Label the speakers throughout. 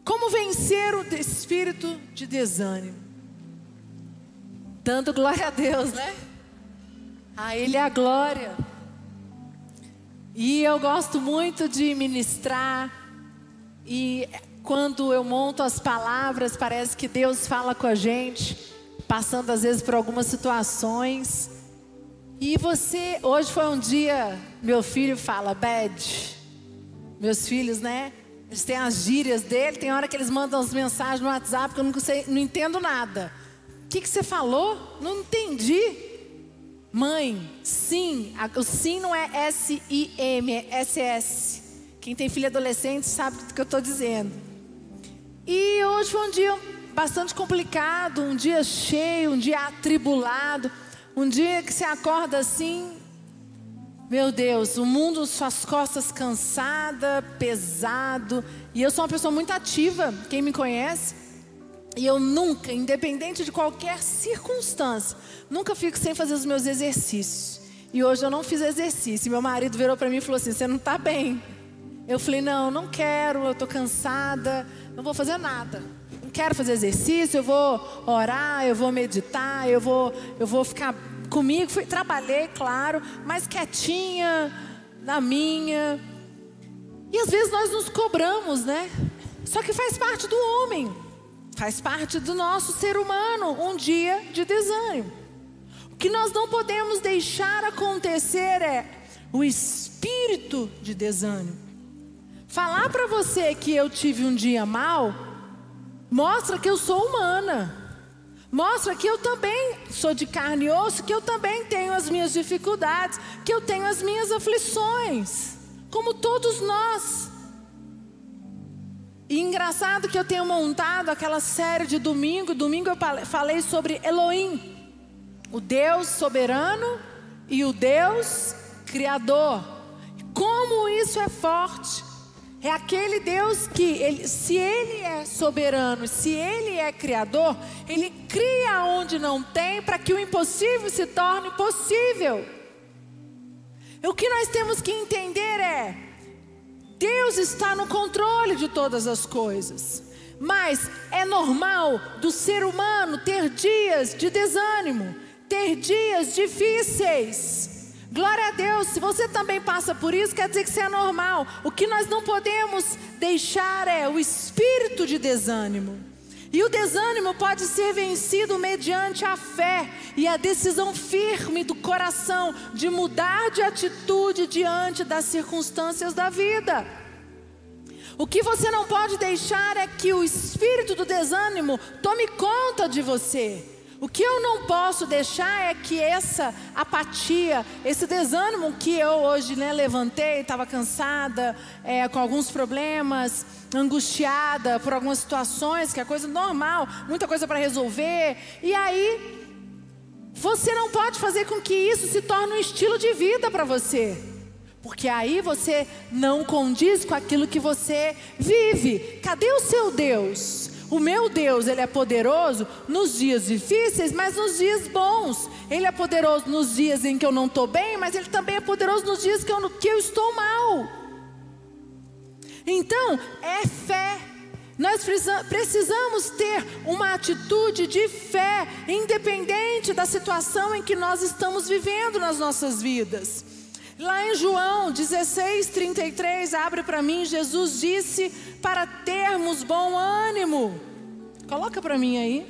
Speaker 1: Como vencer o espírito de desânimo? Dando glória a Deus, né? A Ele é a glória. E eu gosto muito de ministrar. E quando eu monto as palavras, parece que Deus fala com a gente, passando às vezes por algumas situações. E hoje foi um dia, meu filho fala, bad. Meus filhos, né? Eles têm as gírias dele, tem hora que eles mandam as mensagens no WhatsApp que eu não entendo nada. O que você falou? Não entendi. Mãe, sim. O sim não é S-I-M, é S-S. Quem tem filho adolescente sabe do que eu estou dizendo. E hoje foi um dia bastante complicado, um dia cheio, um dia atribulado. Um dia que você acorda assim, meu Deus, o mundo, suas costas cansada, pesado. E eu sou uma pessoa muito ativa, quem me conhece. E eu nunca, independente de qualquer circunstância, nunca fico sem fazer os meus exercícios. E hoje eu não fiz exercício. E meu marido virou para mim e falou assim, você não está bem. Eu falei, não quero, eu estou cansada, não vou fazer nada. Não quero fazer exercício, eu vou orar, eu vou meditar, eu vou ficar comigo. Trabalhei, claro, mas quietinha, na minha. E às vezes nós nos cobramos, né? Só que faz parte do homem, faz parte do nosso ser humano, um dia de desânimo. O que nós não podemos deixar acontecer é o espírito de desânimo. Falar para você que eu tive um dia mal, mostra que eu sou humana. Mostra que eu também sou de carne e osso, que eu também tenho as minhas dificuldades, que eu tenho as minhas aflições, como todos nós. E engraçado que eu tenho montado aquela série de domingo. Domingo eu falei sobre Elohim, o Deus soberano e o Deus criador. Como isso é forte. É aquele Deus que, se Ele é soberano, se Ele é criador, Ele cria onde não tem, para que o impossível se torne possível. O que nós temos que entender é, Deus está no controle de todas as coisas. Mas é normal do ser humano ter dias de desânimo, ter dias difíceis. Glória a Deus, se você também passa por isso, quer dizer que isso é normal. O que nós não podemos deixar é o espírito de desânimo. E o desânimo pode ser vencido mediante a fé e a decisão firme do coração de mudar de atitude diante das circunstâncias da vida. O que você não pode deixar é que o espírito do desânimo tome conta de você. O que eu não posso deixar é que essa apatia, esse desânimo que eu hoje levantei, estava cansada, com alguns problemas, angustiada por algumas situações, que é coisa normal, muita coisa para resolver. E aí, você não pode fazer com que isso se torne um estilo de vida para você. Porque aí você não condiz com aquilo que você vive. Cadê o seu Deus? O meu Deus, Ele é poderoso nos dias difíceis, mas nos dias bons. Ele é poderoso nos dias em que eu não estou bem, mas Ele também é poderoso nos dias que eu estou mal. Então, é fé. Nós precisamos ter uma atitude de fé, independente da situação em que nós estamos vivendo nas nossas vidas. Lá em João 16:33, abre para mim, Jesus disse para termos bom ânimo. Coloca para mim aí.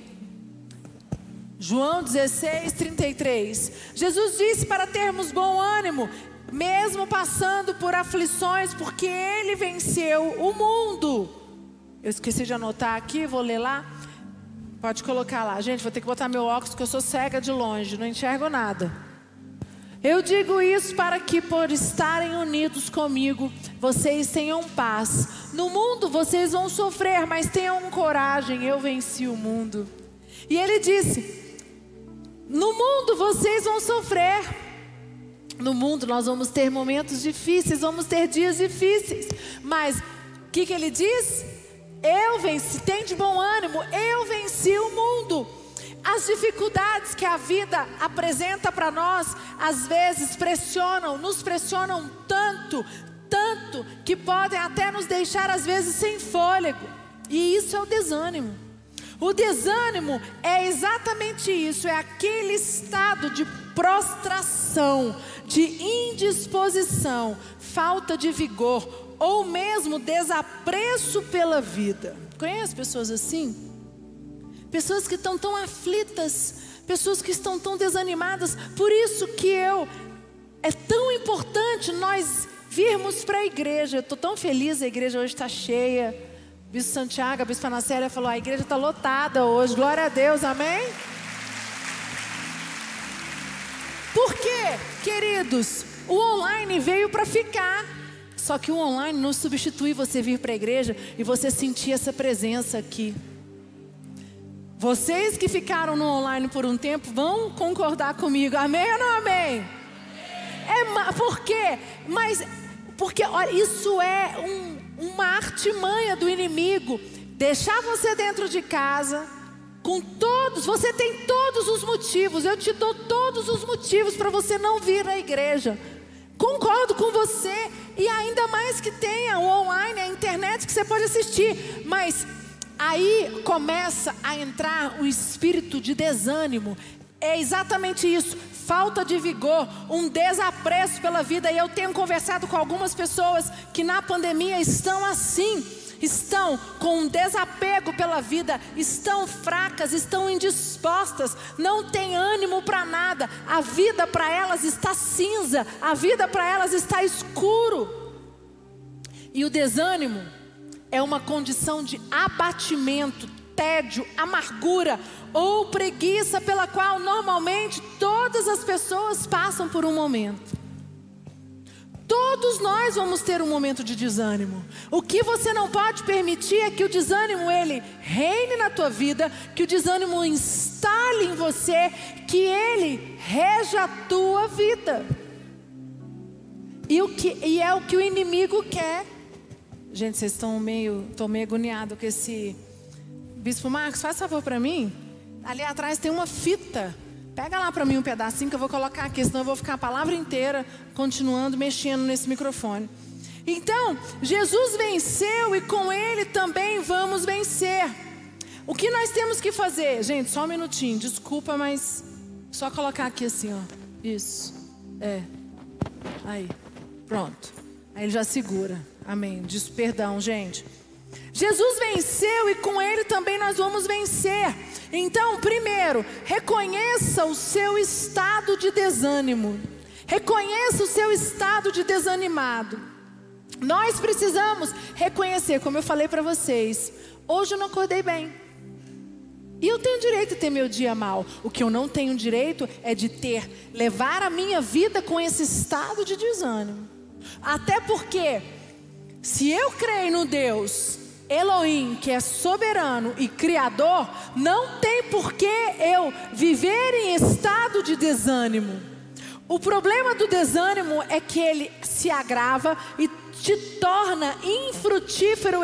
Speaker 1: João 16:33. Jesus disse para termos bom ânimo, mesmo passando por aflições, porque Ele venceu o mundo. Eu esqueci de anotar aqui, vou ler lá. Pode colocar lá. Gente, vou ter que botar meu óculos, porque eu sou cega de longe, não enxergo nada. Eu digo isso para que, por estarem unidos comigo, vocês tenham paz. No mundo vocês vão sofrer, mas tenham coragem, eu venci o mundo. E Ele disse, no mundo vocês vão sofrer. No mundo nós vamos ter momentos difíceis, vamos ter dias difíceis. Mas o que Ele diz? Eu venci, tem de bom ânimo, eu venci o mundo. As dificuldades que a vida apresenta para nós, às vezes nos pressionam tanto, que podem até nos deixar às vezes sem fôlego. E isso é o desânimo. O desânimo é exatamente isso, é aquele estado de prostração, de indisposição, falta de vigor, ou mesmo desapreço pela vida. Conhece pessoas assim? Pessoas que estão tão aflitas, pessoas que estão tão desanimadas. Por isso que é tão importante nós virmos para a igreja. Eu estou tão feliz, a igreja hoje está cheia. Bispo Santiago, a Bispa Anacélia falou, a igreja está lotada hoje, glória a Deus, amém? Por quê, queridos? O online veio para ficar. Só que o online não substitui você vir para a igreja e você sentir essa presença aqui. Vocês que ficaram no online por um tempo vão concordar comigo, amém ou não amém? Por quê? Porque olha, isso é uma artimanha do inimigo, deixar você dentro de casa, você tem todos os motivos, eu te dou todos os motivos para você não vir à igreja. Concordo com você, e ainda mais que tenha o online, a internet que você pode assistir, mas aí começa a entrar o espírito de desânimo. É exatamente isso, falta de vigor, um desapreço pela vida. E eu tenho conversado com algumas pessoas que na pandemia estão assim, estão com um desapego pela vida, estão fracas, estão indispostas, não tem ânimo para nada, a vida para elas está cinza, a vida para elas está escuro. E o desânimo é uma condição de abatimento, tédio, amargura ou preguiça pela qual normalmente todas as pessoas passam por um momento. Todos nós vamos ter um momento de desânimo. O que você não pode permitir é que o desânimo ele reine na tua vida, que o desânimo instale em você, que ele reja a tua vida. E é o que o inimigo quer. Gente, vocês estão meio agoniados com esse... Bispo Marcos, faz favor para mim. Ali atrás tem uma fita. Pega lá para mim um pedacinho que eu vou colocar aqui, senão eu vou ficar a palavra inteira continuando mexendo nesse microfone. Então, Jesus venceu e com Ele também vamos vencer. O que nós temos que fazer? Gente, só um minutinho, desculpa, mas só colocar aqui assim, ó. Isso, aí, pronto. Aí ele já segura, amém. Perdão, gente. Jesus venceu e com Ele também nós vamos vencer. Então, primeiro, reconheça o seu estado de desânimo. Reconheça o seu estado de desanimado. Nós precisamos reconhecer, como eu falei para vocês, hoje eu não acordei bem. E eu tenho direito de ter meu dia mal. O que eu não tenho direito é de levar a minha vida com esse estado de desânimo. Até porque, se eu creio no Deus Elohim, que é soberano e criador, não tem por que eu viver em estado de desânimo. O problema do desânimo é que ele se agrava e te torna infrutífero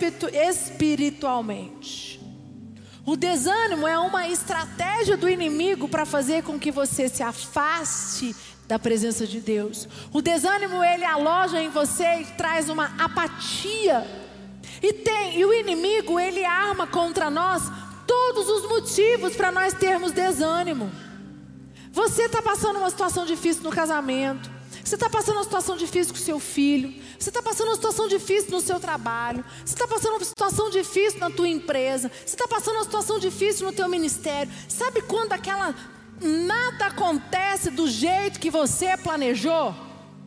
Speaker 1: espiritualmente. O desânimo é uma estratégia do inimigo para fazer com que você se afaste da presença de Deus. O desânimo ele aloja em você e traz uma apatia. E o inimigo, ele arma contra nós todos os motivos para nós termos desânimo. Você está passando uma situação difícil no casamento. Você está passando uma situação difícil com o seu filho. Você está passando uma situação difícil no seu trabalho. Você está passando uma situação difícil na tua empresa. Você está passando uma situação difícil no teu ministério. Sabe quando nada acontece do jeito que você planejou?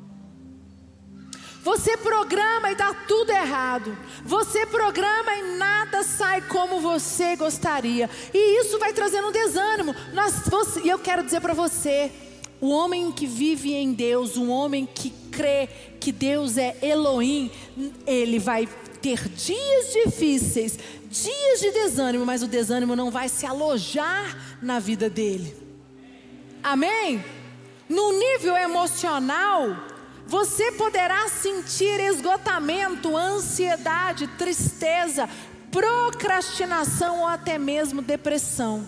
Speaker 1: Você programa e dá tudo errado. Você programa e nada sai como você gostaria. E isso vai trazendo um desânimo. E eu quero dizer para você, o homem que vive em Deus, um homem que crê que Deus é Elohim, ele vai ter dias difíceis, dias de desânimo, mas o desânimo não vai se alojar na vida dele. Amém? No nível emocional, você poderá sentir esgotamento, ansiedade, tristeza, procrastinação ou até mesmo depressão.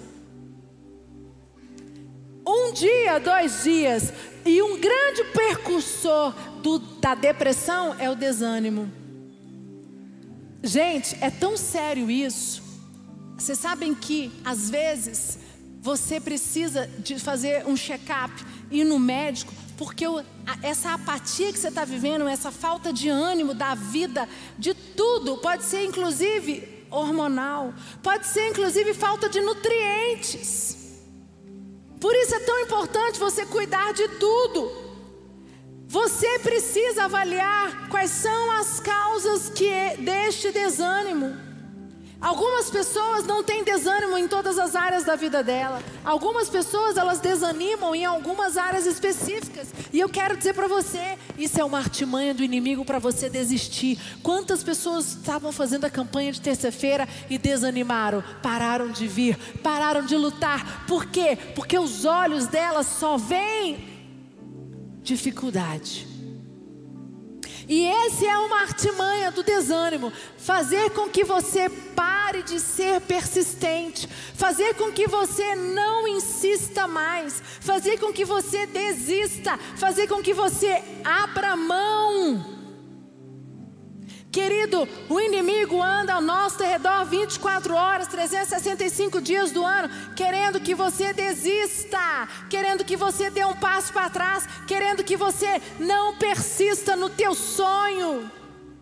Speaker 1: Um dia, 2 dias, e um grande precursor da depressão é o desânimo. Gente, é tão sério isso. Vocês sabem que às vezes você precisa de fazer um check-up, ir no médico, porque essa apatia que você está vivendo, essa falta de ânimo da vida, de tudo, pode ser inclusive hormonal, pode ser inclusive falta de nutrientes. Por isso é tão importante você cuidar de tudo. Você precisa avaliar quais são as causas deste desânimo. Algumas pessoas não têm desânimo em todas as áreas da vida dela. Algumas pessoas, elas desanimam em algumas áreas específicas. E eu quero dizer para você, isso é uma artimanha do inimigo para você desistir. Quantas pessoas estavam fazendo a campanha de terça-feira e desanimaram? Pararam de vir, pararam de lutar. Por quê? Porque os olhos delas só veem dificuldade. E esse é uma artimanha do desânimo, fazer com que você pare de ser persistente, fazer com que você não insista mais, fazer com que você desista, fazer com que você abra mão. Querido, o inimigo anda ao nosso redor 24 horas, 365 dias do ano, querendo que você desista, querendo que você dê um passo para trás, querendo que você não persista no teu sonho.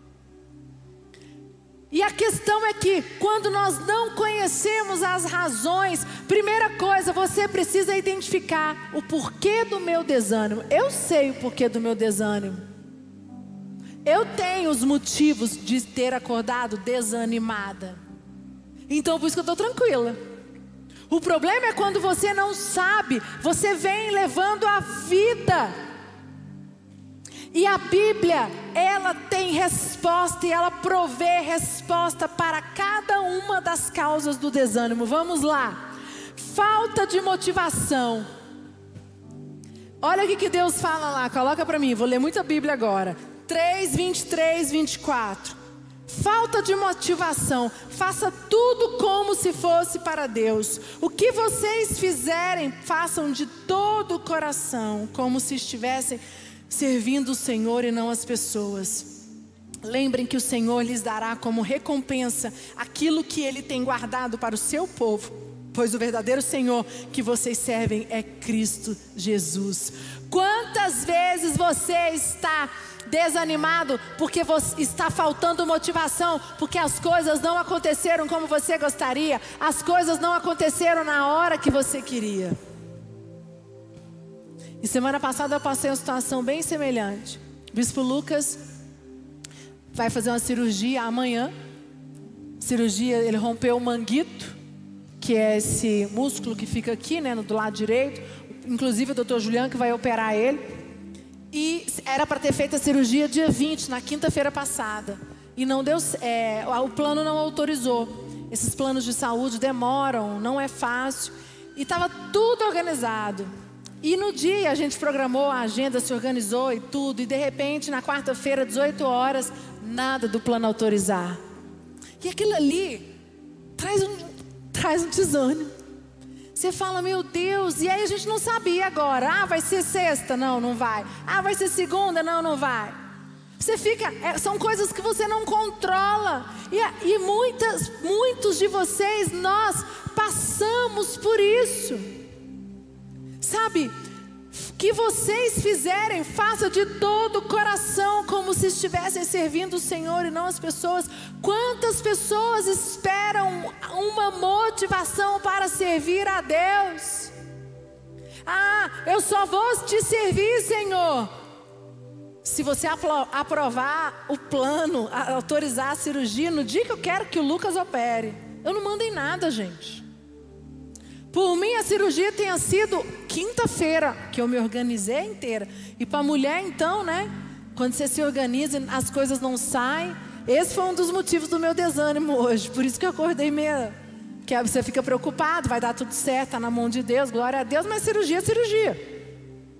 Speaker 1: E a questão é que quando nós não conhecemos as razões, primeira coisa, você precisa identificar o porquê do meu desânimo. Eu sei o porquê do meu desânimo. Eu tenho os motivos de ter acordado desanimada. Então por isso que eu estou tranquila. O problema é quando você não sabe, você vem levando a vida. E a Bíblia, ela tem resposta e ela provê resposta para cada uma das causas do desânimo. Vamos lá. Falta de motivação. Olha o que Deus fala lá, coloca para mim, vou ler muita Bíblia agora. 3, 23, 24. Falta de motivação. Faça tudo como se fosse para Deus. O que vocês fizerem, façam de todo o coração, como se estivessem servindo o Senhor e não as pessoas. Lembrem que o Senhor lhes dará como recompensa aquilo que Ele tem guardado para o seu povo, pois o verdadeiro Senhor que vocês servem é Cristo Jesus. Quantas vezes você está desanimado porque está faltando motivação, porque as coisas não aconteceram como você gostaria, as coisas não aconteceram na hora que você queria. E semana passada eu passei uma situação bem semelhante. O Bispo Lucas vai fazer uma cirurgia amanhã. Cirurgia, ele rompeu o manguito, que é esse músculo que fica aqui, né, do lado direito. Inclusive o Dr. Juliano que vai operar ele. E era para ter feito a cirurgia dia 20, na quinta-feira passada. E não deu, o plano não autorizou. Esses planos de saúde demoram, não é fácil. E estava tudo organizado. E no dia a gente programou a agenda, se organizou e tudo. E de repente, na quarta-feira, 18 horas, nada do plano autorizar. E aquilo ali traz um desânimo. Você fala, meu Deus, e aí a gente não sabia agora. Ah, vai ser sexta? Não, não vai. Ah, vai ser segunda? Não, não vai. Você fica, são coisas que você não controla. E muitos de vocês, nós passamos por isso. Sabe, que vocês fizerem, faça de todo o coração, como se estivessem servindo o Senhor e não as pessoas. Quantas pessoas esperam uma motivação para servir a Deus? Ah, eu só vou te servir, Senhor, se você aprovar o plano, autorizar a cirurgia no dia que eu quero que o Lucas opere. Eu não mando em nada, gente. Por mim a cirurgia tenha sido quinta-feira, que eu me organizei inteira. E para a mulher então, né? Quando você se organiza, as coisas não saem. Esse foi um dos motivos do meu desânimo hoje. Por isso que eu acordei meio... Que você fica preocupado, vai dar tudo certo, está na mão de Deus, glória a Deus. Mas cirurgia é cirurgia.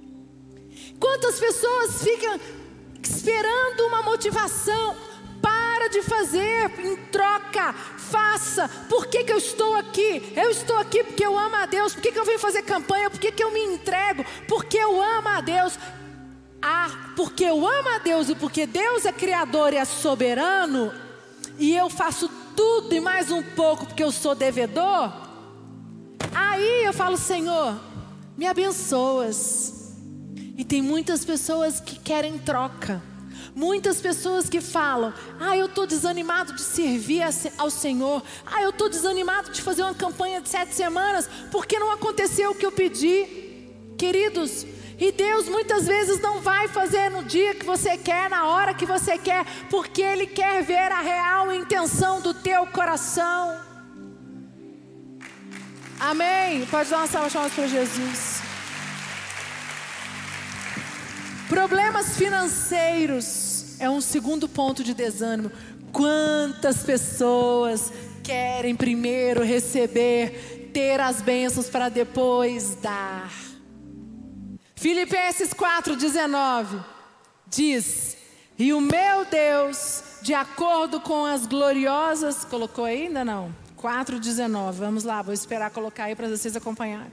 Speaker 1: Quantas pessoas ficam esperando uma motivação? Para de fazer, em troca, faça. Por que eu estou aqui? Eu estou aqui porque eu amo a Deus. Por que eu venho fazer campanha? Por que eu me entrego? Porque eu amo a Deus. Porque eu amo a Deus e porque Deus é criador e é soberano, e eu faço tudo e mais um pouco porque eu sou devedor, aí eu falo: Senhor, me abençoas. E tem muitas pessoas que querem troca. Muitas pessoas que falam: eu estou desanimado de servir ao Senhor. Eu estou desanimado de fazer uma campanha de 7 semanas, porque não aconteceu o que eu pedi. Queridos, e Deus muitas vezes não vai fazer no dia que você quer, na hora que você quer, porque Ele quer ver a real intenção do teu coração. Amém? Pode dar uma salva de palmas para Jesus. Problemas financeiros é um segundo ponto de desânimo. Quantas pessoas querem primeiro receber, ter as bênçãos para depois dar? Filipenses 4:19 diz: e o meu Deus, de acordo com as gloriosas... Colocou aí? Ainda não. 4:19, vamos lá, vou esperar colocar aí para vocês acompanharem.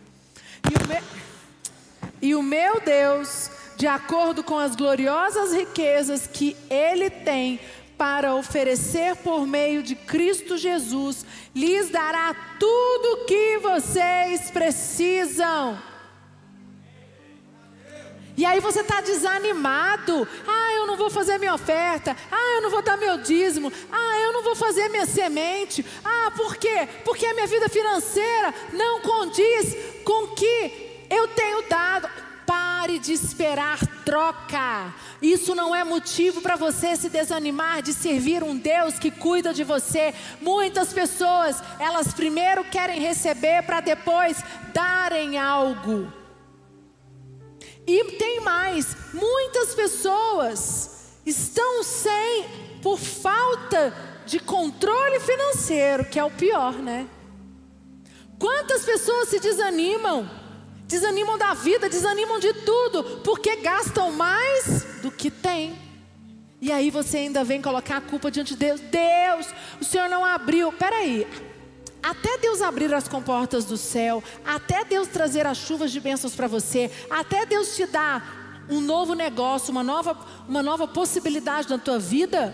Speaker 1: E o meu Deus, de acordo com as gloriosas riquezas que Ele tem para oferecer por meio de Cristo Jesus, lhes dará tudo o que vocês precisam. E aí você está desanimado: eu não vou fazer minha oferta, eu não vou dar meu dízimo, eu não vou fazer minha semente. Por quê? Porque a minha vida financeira não condiz com o que eu tenho dado. Pare de esperar troca. Isso não é motivo para você se desanimar de servir um Deus que cuida de você. Muitas pessoas, elas primeiro querem receber para depois darem algo. E tem mais, muitas pessoas estão por falta de controle financeiro, que é o pior, né? Quantas pessoas se desanimam da vida, desanimam de tudo, porque gastam mais do que tem. E aí você ainda vem colocar a culpa diante de Deus: Deus, o Senhor não abriu. Peraí, até Deus abrir as comportas do céu, até Deus trazer as chuvas de bênçãos para você, até Deus te dar um novo negócio, uma nova possibilidade na tua vida,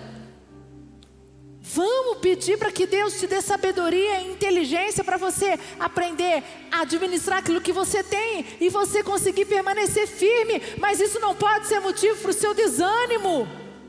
Speaker 1: vamos pedir para que Deus te dê sabedoria e inteligência para você aprender a administrar aquilo que você tem e você conseguir permanecer firme. Mas isso não pode ser motivo para o seu desânimo.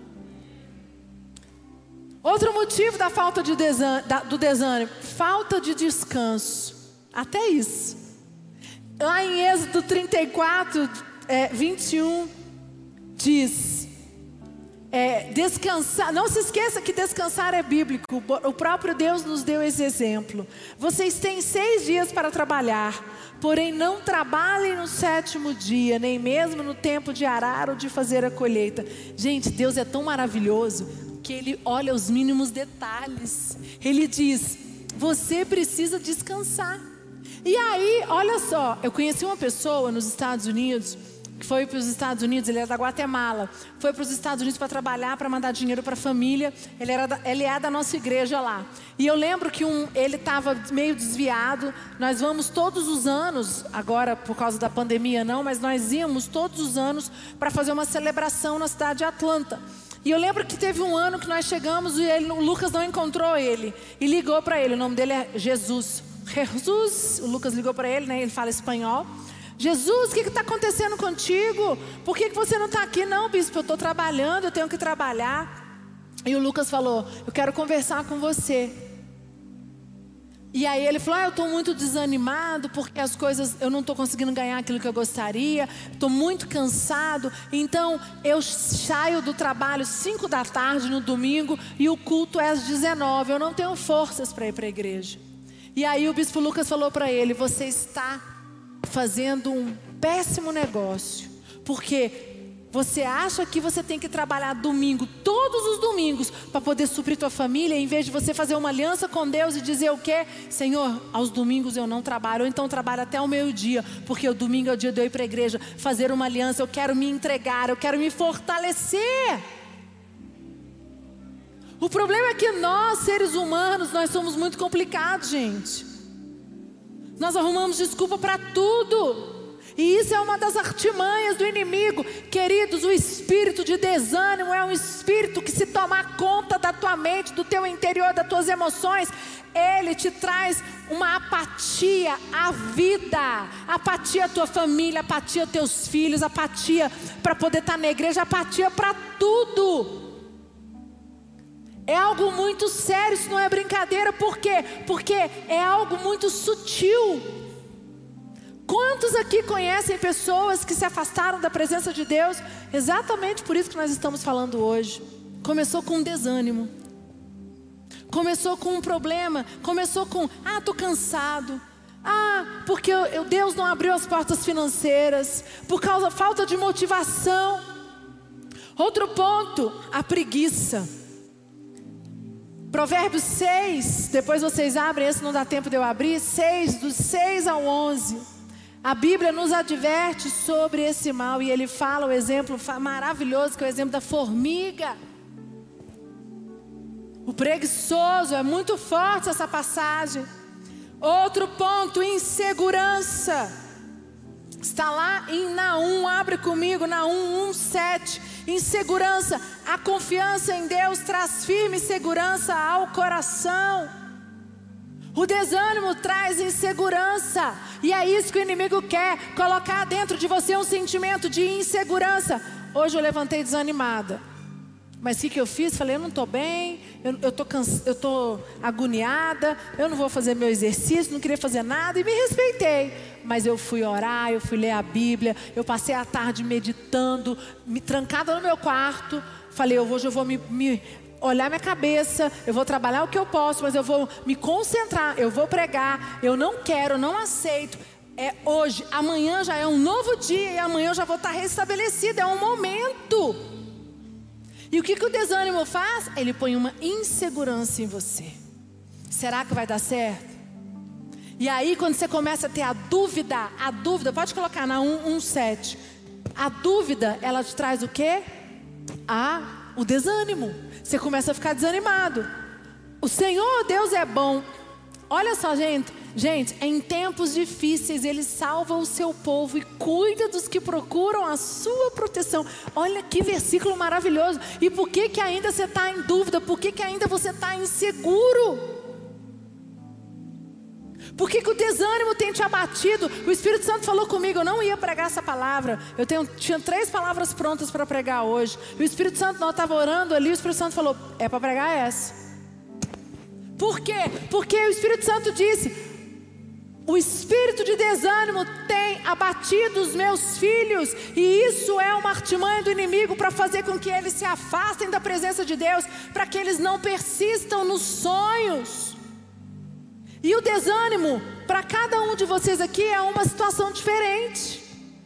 Speaker 1: Outro motivo da falta de do desânimo: falta de descanso. Até isso. Lá em Êxodo 34, 21, diz: descansar. Não se esqueça que descansar é bíblico. O próprio Deus nos deu esse exemplo. Vocês têm 6 dias para trabalhar, porém não trabalhem no 7º dia, nem mesmo no tempo de arar ou de fazer a colheita. Gente, Deus é tão maravilhoso que Ele olha os mínimos detalhes. Ele diz: você precisa descansar. E aí, olha só, eu conheci uma pessoa nos Estados Unidos, que foi para os Estados Unidos, ele é da Guatemala, foi para os Estados Unidos para trabalhar, para mandar dinheiro para a família. Ele é da nossa igreja lá. E eu lembro que ele estava meio desviado. Nós vamos todos os anos, agora por causa da pandemia não, mas nós íamos todos os anos para fazer uma celebração na cidade de Atlanta. E eu lembro que teve um ano que nós chegamos e o Lucas não encontrou ele. E ligou para ele, o nome dele é Jesus. O Lucas ligou para ele, né? Ele fala espanhol. Jesus, o que está acontecendo contigo? Por que você não está aqui? Não, bispo, eu estou trabalhando, eu tenho que trabalhar. E o Lucas falou: eu quero conversar com você. E aí ele falou: eu estou muito desanimado, porque as coisas, eu não estou conseguindo ganhar aquilo que eu gostaria, estou muito cansado. Então eu saio do trabalho 5 da tarde no domingo e o culto é às 19, eu não tenho forças para ir para a igreja. E aí o bispo Lucas falou para ele: você está fazendo um péssimo negócio, porque você acha que você tem que trabalhar domingo, todos os domingos, para poder suprir tua família, em vez de você fazer uma aliança com Deus e dizer o quê? Senhor, aos domingos eu não trabalho, ou então trabalho até o meio-dia, porque o domingo é o dia de eu ir para a igreja, fazer uma aliança, eu quero me entregar, eu quero me fortalecer. O problema é que nós, seres humanos, nós somos muito complicados, gente. Nós arrumamos desculpa para tudo. E isso é uma das artimanhas do inimigo. Queridos, o espírito de desânimo é um espírito que, se tomar conta da tua mente, do teu interior, das tuas emoções, ele te traz uma apatia à vida, apatia à tua família, apatia aos teus filhos, apatia para poder estar na igreja, apatia para tudo. É algo muito sério, isso não é brincadeira. Por quê? Porque é algo muito sutil. Quantos aqui conhecem pessoas que se afastaram da presença de Deus? Exatamente por isso que nós estamos falando hoje. Começou com um desânimo, começou com um problema, começou com: estou cansado, porque Deus não abriu as portas financeiras, por causa da falta de motivação. Outro ponto, a preguiça. Provérbios 6, depois vocês abrem, esse não dá tempo de eu abrir, 6, dos 6 ao 11. A Bíblia nos adverte sobre esse mal, e ele fala o exemplo maravilhoso, que é o exemplo da formiga. O preguiçoso, é muito forte essa passagem. Outro ponto, insegurança. Está lá em Naum, abre comigo, Naum 1:7. Insegurança, a confiança em Deus traz firme segurança ao coração. O desânimo traz insegurança, e é isso que o inimigo quer, colocar dentro de você um sentimento de insegurança. Hoje eu levantei desanimada, mas o que eu fiz? Falei: eu não estou bem, eu estou agoniada, eu não vou fazer meu exercício, não queria fazer nada, e me respeitei. Mas eu fui orar, eu fui ler a Bíblia, eu passei a tarde meditando, trancada no meu quarto. Falei: hoje eu vou olhar minha cabeça, eu vou trabalhar o que eu posso, mas eu vou me concentrar, eu vou pregar, eu não quero, não aceito. É hoje, amanhã já é um novo dia, e amanhã eu já vou estar restabelecida, é um momento. E o que o desânimo faz? Ele põe uma insegurança em você. Será que vai dar certo? E aí, quando você começa a ter a dúvida, pode colocar na 1:7. A dúvida, ela te traz o quê? O desânimo. Você começa a ficar desanimado. O Senhor Deus é bom. Olha só, gente, em tempos difíceis Ele salva o seu povo e cuida dos que procuram a sua proteção. Olha que versículo maravilhoso. E por que ainda você está em dúvida? Por que ainda você está inseguro? Por que o desânimo tem te abatido? O Espírito Santo falou comigo, eu não ia pregar essa palavra. Tinha 3 palavras prontas para pregar hoje. E o Espírito Santo, nós estava orando ali, o Espírito Santo falou: é para pregar essa. Por quê? Porque o Espírito Santo disse: o espírito de desânimo tem abatido os meus filhos. E isso é uma artimanha do inimigo para fazer com que eles se afastem da presença de Deus, para que eles não persistam nos sonhos. E o desânimo, para cada um de vocês aqui, é uma situação diferente.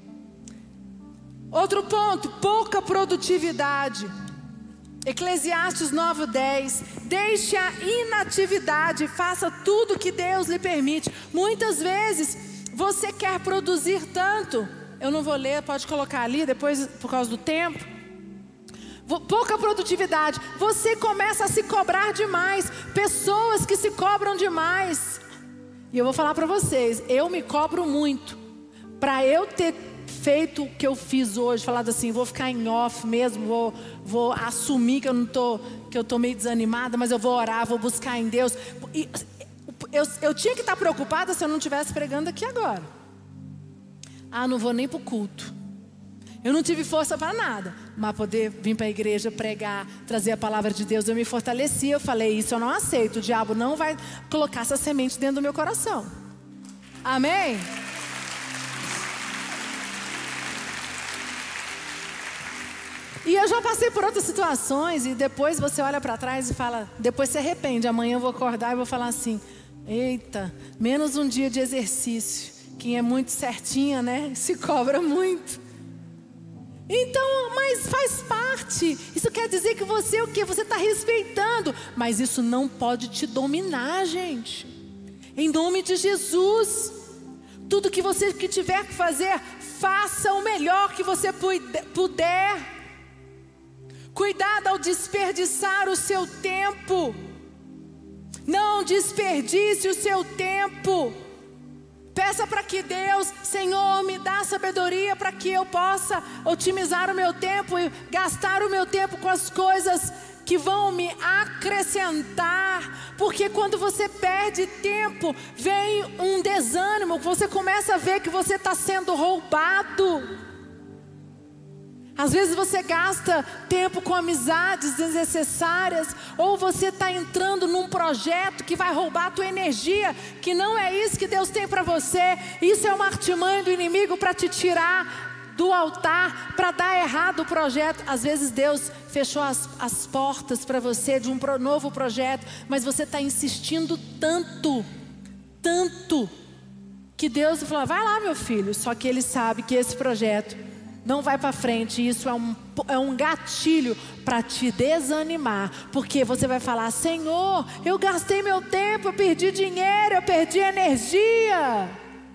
Speaker 1: Outro ponto, pouca produtividade. Eclesiastes 9:10. Deixe a inatividade, faça tudo que Deus lhe permite. Muitas vezes você quer produzir tanto. Eu não vou ler, pode colocar ali depois por causa do tempo. Pouca produtividade, você começa a se cobrar demais. Pessoas que se cobram demais. E eu vou falar para vocês, eu me cobro muito. Para eu ter feito o que eu fiz hoje, falado assim, vou ficar em off mesmo, vou assumir que eu tô meio desanimada, mas eu vou orar, vou buscar em Deus. E eu tinha que estar preocupada se eu não estivesse pregando aqui agora. Não vou nem para o culto. Eu não tive força para nada, mas poder vir para a igreja, pregar, trazer a palavra de Deus, eu me fortaleci. Eu falei: isso eu não aceito, o diabo não vai colocar essa semente dentro do meu coração. Amém? E eu já passei por outras situações, e depois você olha para trás e fala, depois se arrepende. Amanhã eu vou acordar e vou falar assim: eita, menos um dia de exercício. Quem é muito certinha, né, se cobra muito. Então, mas faz parte. Isso quer dizer que você o quê? Você está respeitando. Mas isso não pode te dominar, gente. Em nome de Jesus. Tudo que você tiver que fazer, faça o melhor que você puder. Cuidado ao desperdiçar o seu tempo. Não desperdice o seu tempo. Peça para que Deus, Senhor, me dá sabedoria para que eu possa otimizar o meu tempo e gastar o meu tempo com as coisas que vão me acrescentar. Porque quando você perde tempo, vem um desânimo, você começa a ver que você está sendo roubado. Às vezes você gasta tempo com amizades desnecessárias, ou você está entrando num projeto que vai roubar a tua energia, que não é isso que Deus tem para você. Isso é uma artimanha do inimigo para te tirar do altar, para dar errado o projeto. Às vezes Deus fechou as portas para você de um novo projeto, mas você está insistindo tanto, que Deus falou, vai lá meu filho. Só que Ele sabe que esse projeto não vai para frente. Isso é um gatilho para te desanimar, porque você vai falar, Senhor, eu gastei meu tempo, eu perdi dinheiro, eu perdi energia.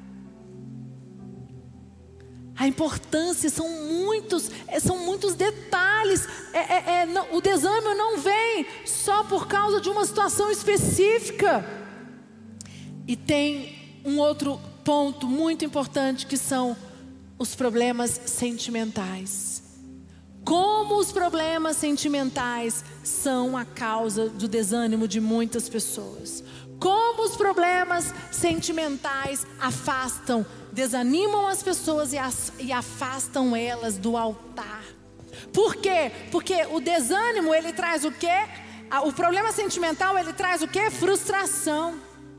Speaker 1: A importância são muitos detalhes. O desânimo não vem só por causa de uma situação específica. E tem um outro ponto muito importante, que são os problemas sentimentais. Como os problemas sentimentais são a causa do desânimo de muitas pessoas. Como os problemas sentimentais desanimam as pessoas e afastam elas do altar. Por quê? Porque o desânimo, ele traz o quê? O problema sentimental, ele traz o quê? Frustração.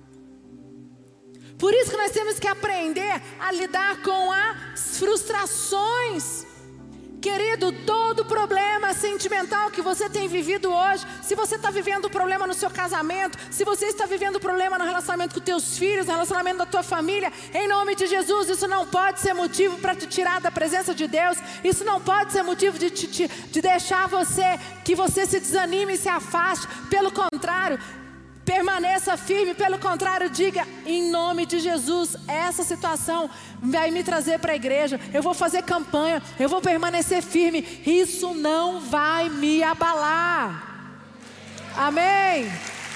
Speaker 1: Por isso que nós temos que aprender a lidar com as frustrações. Querido, todo problema sentimental que você tem vivido hoje, se você está vivendo um problema no seu casamento, se você está vivendo um problema no relacionamento com teus filhos, no relacionamento da tua família, em nome de Jesus, isso não pode ser motivo para te tirar da presença de Deus. Isso não pode ser motivo de deixar que você se desanime e se afaste. Pelo contrário, permaneça firme. Pelo contrário, diga, em nome de Jesus, essa situação vai me trazer para a igreja, eu vou fazer campanha, eu vou permanecer firme, isso não vai me abalar. Amém.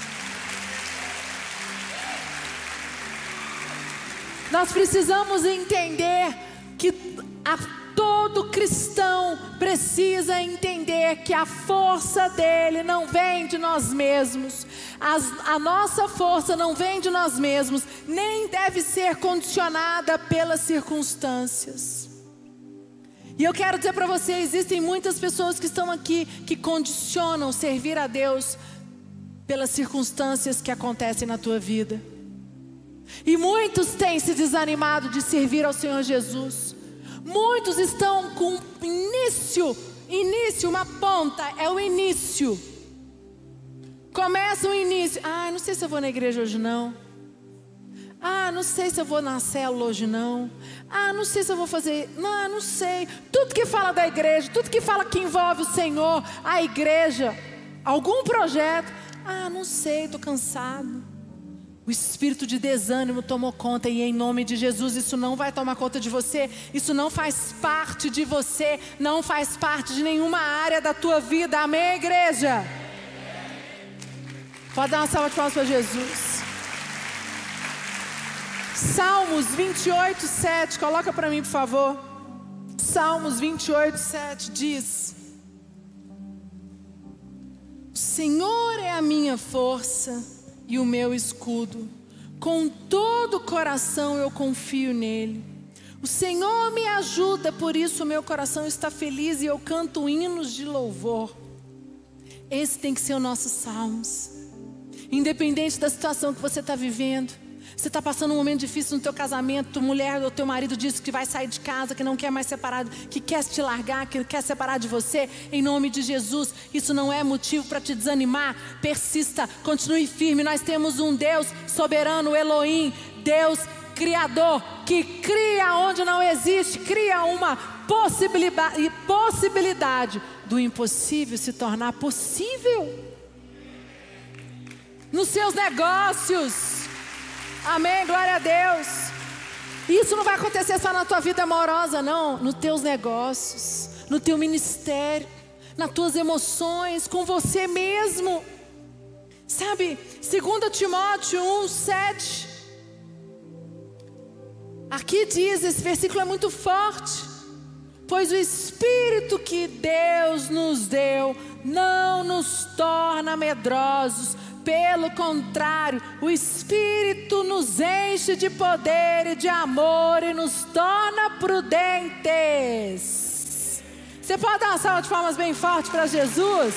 Speaker 1: Nós precisamos entender que todo cristão precisa entender que a força dele não vem de nós mesmos. A nossa força não vem de nós mesmos, nem deve ser condicionada pelas circunstâncias. E eu quero dizer para você, existem muitas pessoas que estão aqui que condicionam servir a Deus pelas circunstâncias que acontecem na tua vida. E muitos têm se desanimado de servir ao Senhor Jesus. Muitos estão com início, uma ponta, é o início. Começa o início. Não sei se eu vou na igreja hoje não. Não sei se eu vou na célula hoje não. Não sei se eu vou fazer. Não sei. Tudo que fala da igreja, tudo que fala que envolve o Senhor, a igreja, algum projeto. Não sei, estou cansado. O espírito de desânimo tomou conta, e em nome de Jesus isso não vai tomar conta de você. Isso não faz parte de você, não faz parte de nenhuma área da tua vida. Amém, igreja? Pode dar uma salva de palmas para Jesus. Salmos 28, 7, coloca para mim por favor. Salmos 28, 7 diz: o Senhor é a minha força e o meu escudo, com todo o coração eu confio nele. O Senhor me ajuda, por isso o meu coração está feliz e eu canto hinos de louvor. Esse tem que ser o nosso salmos. Independente da situação que você está vivendo, você está passando um momento difícil no teu casamento, tua mulher ou teu marido disse que vai sair de casa, que não quer mais separar, que quer te largar, que quer separar de você, em nome de Jesus, isso não é motivo para te desanimar. Persista, continue firme. Nós temos um Deus soberano, Elohim, Deus criador, que cria onde não existe, cria uma possibilidade do impossível se tornar possível nos seus negócios. Amém, glória a Deus. Isso não vai acontecer só na tua vida amorosa, não. Nos teus negócios, no teu ministério, nas tuas emoções, com você mesmo. Sabe, 2 Timóteo 1, 7 Aqui diz, esse versículo é muito forte. Pois o Espírito que Deus nos deu não nos torna medrosos. Pelo contrário, o Espírito nos enche de poder e de amor e nos torna prudentes. Você pode dar uma salva de palmas bem forte para Jesus?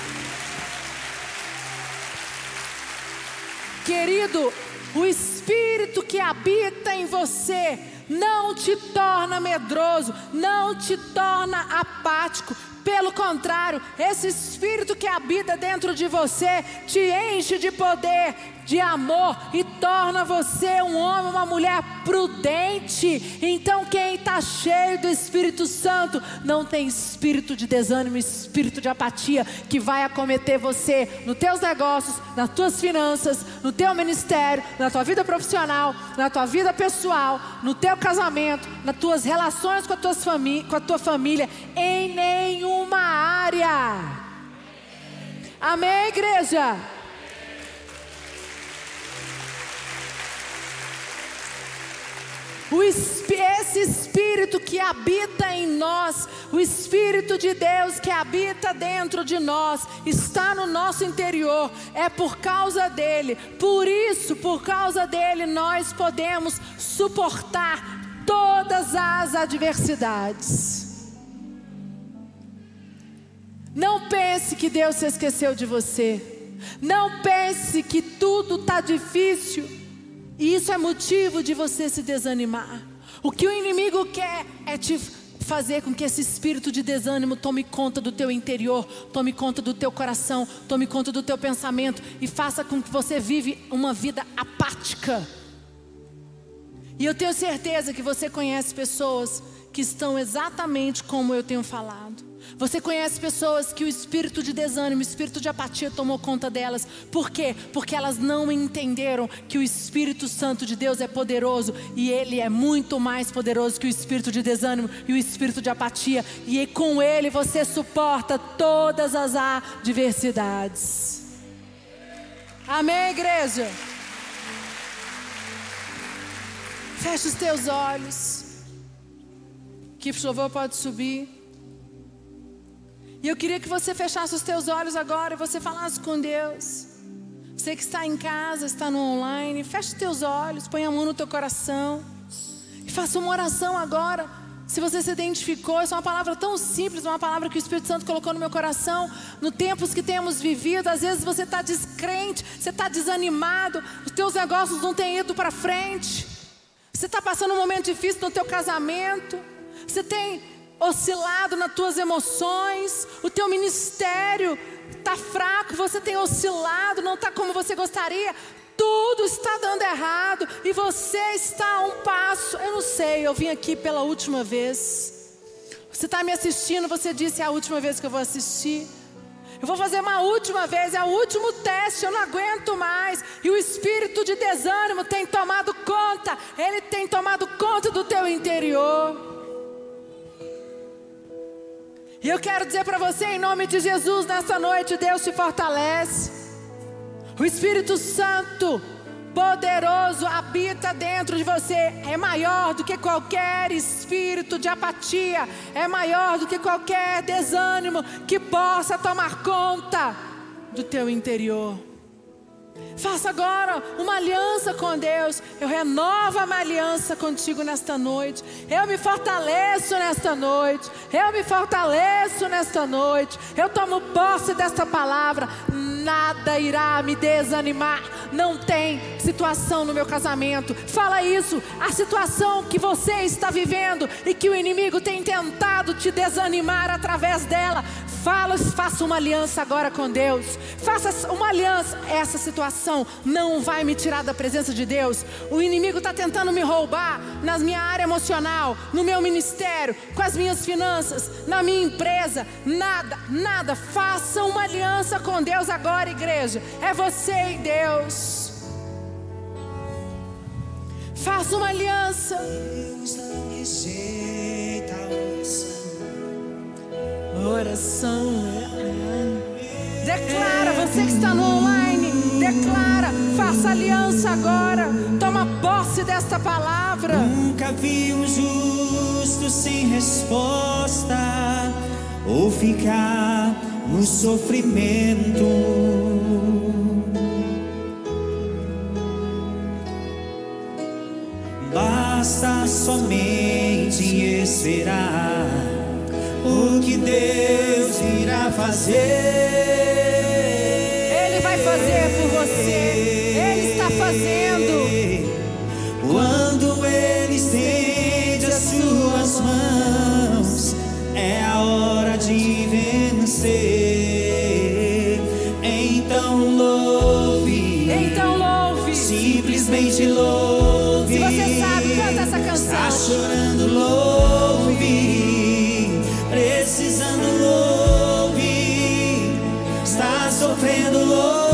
Speaker 1: Querido, o Espírito que habita em você não te torna medroso, não te torna apático. Pelo contrário, esse Espírito que habita dentro de você te enche de poder, de amor e torna você um homem, uma mulher prudente. Então quem está cheio do Espírito Santo não tem espírito de desânimo, espírito de apatia que vai acometer você nos teus negócios, nas tuas finanças, no teu ministério, na tua vida profissional, na tua vida pessoal, no teu casamento, nas tuas relações com a tua família, em nenhuma área. Amém, igreja? Esse Espírito que habita em nós, o Espírito de Deus que habita dentro de nós, está no nosso interior, é por causa dele. Por isso, por causa dele, nós podemos suportar todas as adversidades. Não pense que Deus se esqueceu de você. Não pense que tudo está difícil e isso é motivo de você se desanimar. O que o inimigo quer é te fazer com que esse espírito de desânimo tome conta do teu interior, tome conta do teu coração, tome conta do teu pensamento e faça com que você vive uma vida apática. E eu tenho certeza que você conhece pessoas que estão exatamente como eu tenho falado. Você conhece pessoas que o espírito de desânimo, o espírito de apatia tomou conta delas. Por quê? Porque elas não entenderam que o Espírito Santo de Deus é poderoso. E Ele é muito mais poderoso que o espírito de desânimo e o espírito de apatia. E com Ele você suporta todas as adversidades. Amém, igreja? Feche os teus olhos. Que por favor pode subir. E eu queria que você fechasse os teus olhos agora e você falasse com Deus. Você que está em casa, está no online, feche os teus olhos, põe a mão no teu coração e faça uma oração agora. Se você se identificou, essa é uma palavra tão simples, uma palavra que o Espírito Santo colocou no meu coração. No tempos que temos vivido, às vezes você está descrente, você está desanimado, os teus negócios não têm ido para frente. Você está passando um momento difícil no teu casamento, você tem oscilado nas tuas emoções, o teu ministério está fraco, você tem oscilado, não está como você gostaria, tudo está dando errado e você está a um passo. Eu não sei, eu vim aqui pela última vez. Você está me assistindo, você disse: é a última vez que eu vou assistir. Eu vou fazer uma última vez, é o último teste, eu não aguento mais. E o espírito de desânimo tem tomado conta, ele tem tomado conta do teu interior. E eu quero dizer para você, em nome de Jesus, nesta noite, Deus te fortalece. O Espírito Santo, poderoso, habita dentro de você. É maior do que qualquer espírito de apatia. É maior do que qualquer desânimo que possa tomar conta do teu interior. Faça agora uma aliança com Deus. Eu renovo a minha aliança contigo nesta noite. Eu me fortaleço nesta noite. Eu me fortaleço nesta noite. Eu tomo posse desta palavra. Nada irá me desanimar. Não tem situação no meu casamento. Fala isso. A situação que você está vivendo e que o inimigo tem tentado te desanimar através dela. Faça uma aliança agora com Deus. Faça uma aliança. Essa situação não vai me tirar da presença de Deus. O inimigo está tentando me roubar na minha área emocional, no meu ministério, com as minhas finanças, na minha empresa. Nada. Faça uma aliança com Deus agora, igreja. É você e Deus. Faça uma aliança.
Speaker 2: Deus não rejeita a
Speaker 1: Oração. Declara, você que está no online, declara, faça aliança agora. Toma posse posse desta palavra.
Speaker 2: Nunca vi um justo sem resposta ou ficar no sofrimento. Basta somente esperar o que Deus irá fazer.
Speaker 1: Ele vai fazer por você. Ele está fazendo.
Speaker 2: Quando Ele estende as suas mãos, é a hora de vencer. Então louve.
Speaker 1: Então louve.
Speaker 2: Simplesmente louve.
Speaker 1: Se você sabe, canta essa canção.
Speaker 2: Está chorando, louve. Precisando, louve. Está sofrendo, louve.